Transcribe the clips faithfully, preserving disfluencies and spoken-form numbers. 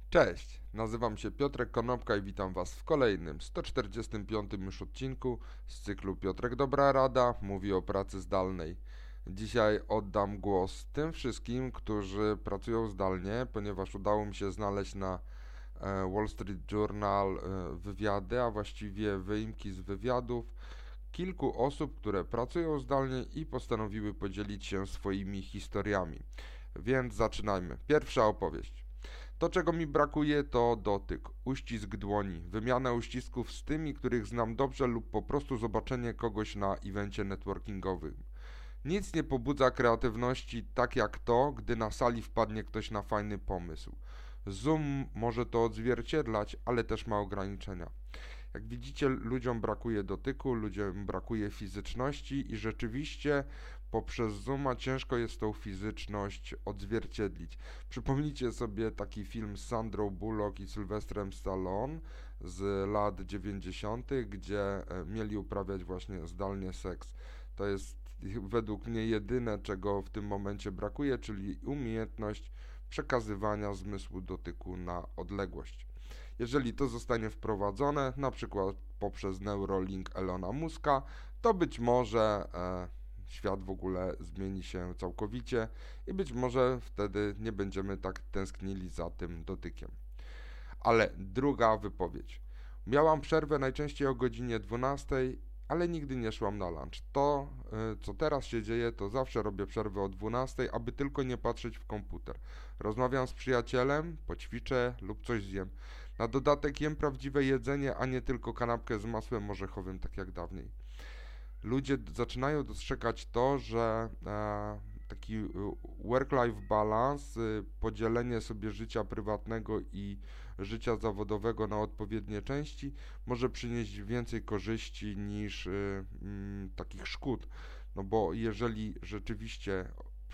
Cześć, nazywam się Piotrek Konopka i witam Was w kolejnym, sto czterdziestym piątym już odcinku z cyklu Piotrek Dobra Rada mówi o pracy zdalnej. Dzisiaj oddam głos tym wszystkim, którzy pracują zdalnie, ponieważ udało mi się znaleźć na e, Wall Street Journal e, wywiady, a właściwie wyimki z wywiadów kilku osób, które pracują zdalnie i postanowiły podzielić się swoimi historiami. Więc zaczynajmy. Pierwsza opowieść. To, czego mi brakuje, to dotyk, uścisk dłoni, wymiana uścisków z tymi, których znam dobrze lub po prostu zobaczenie kogoś na evencie networkingowym. Nic nie pobudza kreatywności tak jak to, gdy na sali wpadnie ktoś na fajny pomysł. Zoom może to odzwierciedlać, ale też ma ograniczenia. Jak widzicie, ludziom brakuje dotyku, ludziom brakuje fizyczności i rzeczywiście poprzez Zooma ciężko jest tą fizyczność odzwierciedlić. Przypomnijcie sobie taki film z Sandrą Bullock i Sylwestrem Stallone z lat dziewięćdziesiątych, gdzie mieli uprawiać właśnie zdalnie seks. To jest według mnie jedyne, czego w tym momencie brakuje, czyli umiejętność przekazywania zmysłu dotyku na odległość. Jeżeli to zostanie wprowadzone, na przykład poprzez Neuralink Elona Muska, to być może e, świat w ogóle zmieni się całkowicie i być może wtedy nie będziemy tak tęsknili za tym dotykiem. Ale druga wypowiedź. Miałam przerwę najczęściej o godzinie dwunastej, ale nigdy nie szłam na lunch. To, y, co teraz się dzieje, to zawsze robię przerwę o dwunastej, aby tylko nie patrzeć w komputer. Rozmawiam z przyjacielem, poćwiczę lub coś zjem. Na dodatek jem prawdziwe jedzenie, a nie tylko kanapkę z masłem orzechowym, tak jak dawniej. Ludzie zaczynają dostrzegać to, że e, taki work-life balance, y, podzielenie sobie życia prywatnego i życia zawodowego na odpowiednie części może przynieść więcej korzyści niż y, mm, takich szkód. No bo jeżeli rzeczywiście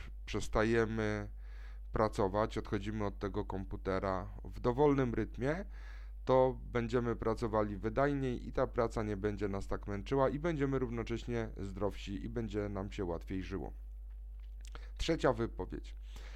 przestajemy pracować, odchodzimy od tego komputera w dowolnym rytmie, to będziemy pracowali wydajniej i ta praca nie będzie nas tak męczyła i będziemy równocześnie zdrowsi i będzie nam się łatwiej żyło. Trzecia wypowiedź.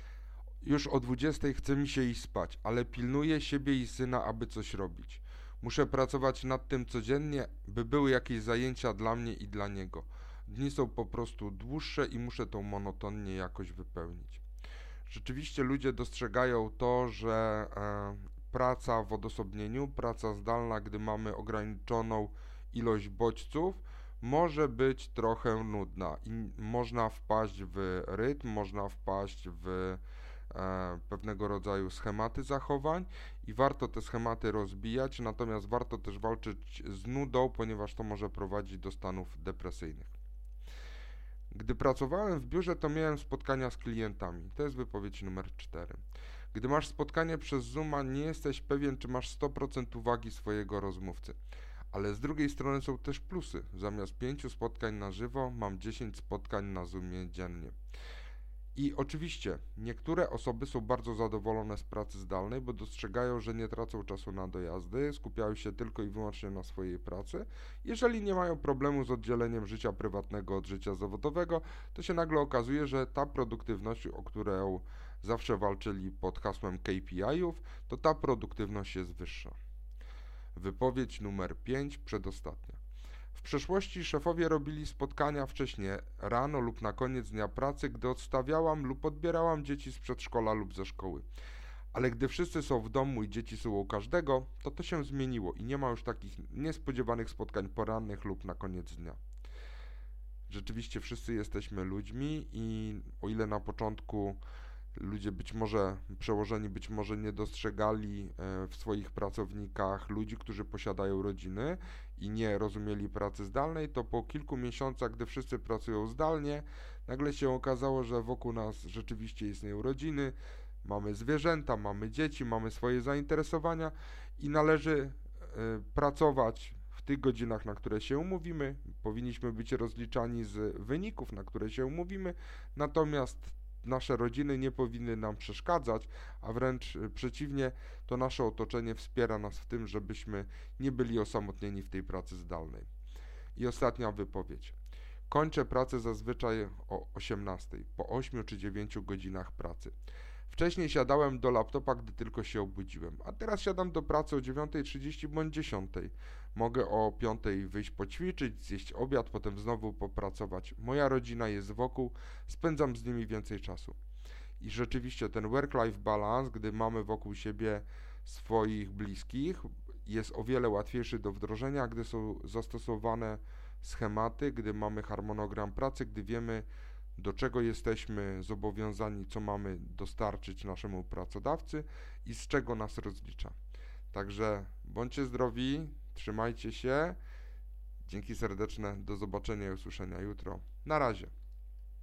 Już o dwudziestej chce mi się iść spać, ale pilnuję siebie i syna, aby coś robić. Muszę pracować nad tym codziennie, by były jakieś zajęcia dla mnie i dla niego. Dni są po prostu dłuższe i muszę tą monotonię jakoś wypełnić. Rzeczywiście ludzie dostrzegają to, że e, praca w odosobnieniu, praca zdalna, gdy mamy ograniczoną ilość bodźców, może być trochę nudna i można wpaść w rytm, można wpaść w e, pewnego rodzaju schematy zachowań i warto te schematy rozbijać, natomiast warto też walczyć z nudą, ponieważ to może prowadzić do stanów depresyjnych. Gdy pracowałem w biurze, to miałem spotkania z klientami. To jest wypowiedź numer cztery. Gdy masz spotkanie przez Zooma, nie jesteś pewien, czy masz sto procent uwagi swojego rozmówcy. Ale z drugiej strony są też plusy. Zamiast pięciu spotkań na żywo, mam dziesięć spotkań na Zoomie dziennie. I oczywiście niektóre osoby są bardzo zadowolone z pracy zdalnej, bo dostrzegają, że nie tracą czasu na dojazdy, skupiają się tylko i wyłącznie na swojej pracy. Jeżeli nie mają problemu z oddzieleniem życia prywatnego od życia zawodowego, to się nagle okazuje, że ta produktywność, o którą zawsze walczyli pod hasłem K P I ów, to ta produktywność jest wyższa. Wypowiedź numer pięć, przedostatnia. W przeszłości szefowie robili spotkania wcześniej rano lub na koniec dnia pracy, gdy odstawiałam lub odbierałam dzieci z przedszkola lub ze szkoły. Ale gdy wszyscy są w domu i dzieci są u każdego, to to się zmieniło i nie ma już takich niespodziewanych spotkań porannych lub na koniec dnia. Rzeczywiście wszyscy jesteśmy ludźmi i o ile na początku ludzie być może, przełożeni być może nie dostrzegali w swoich pracownikach ludzi, którzy posiadają rodziny i nie rozumieli pracy zdalnej, to po kilku miesiącach, gdy wszyscy pracują zdalnie, nagle się okazało, że wokół nas rzeczywiście istnieją rodziny, mamy zwierzęta, mamy dzieci, mamy swoje zainteresowania i należy pracować w tych godzinach, na które się umówimy. Powinniśmy być rozliczani z wyników, na które się umówimy, natomiast nasze rodziny nie powinny nam przeszkadzać, a wręcz przeciwnie, to nasze otoczenie wspiera nas w tym, żebyśmy nie byli osamotnieni w tej pracy zdalnej. I ostatnia wypowiedź. Kończę pracę zazwyczaj o osiemnastej, po ośmiu czy dziewięciu godzinach pracy. Wcześniej siadałem do laptopa, gdy tylko się obudziłem, a teraz siadam do pracy o dziewiąta trzydzieści bądź dziesiąta. Mogę o piąta wyjść poćwiczyć, zjeść obiad, potem znowu popracować. Moja rodzina jest wokół, spędzam z nimi więcej czasu. I rzeczywiście ten work-life balance, gdy mamy wokół siebie swoich bliskich, jest o wiele łatwiejszy do wdrożenia, gdy są zastosowane schematy, gdy mamy harmonogram pracy, gdy wiemy, do czego jesteśmy zobowiązani, co mamy dostarczyć naszemu pracodawcy i z czego nas rozlicza. Także bądźcie zdrowi, trzymajcie się. Dzięki serdeczne, do zobaczenia i usłyszenia jutro. Na razie.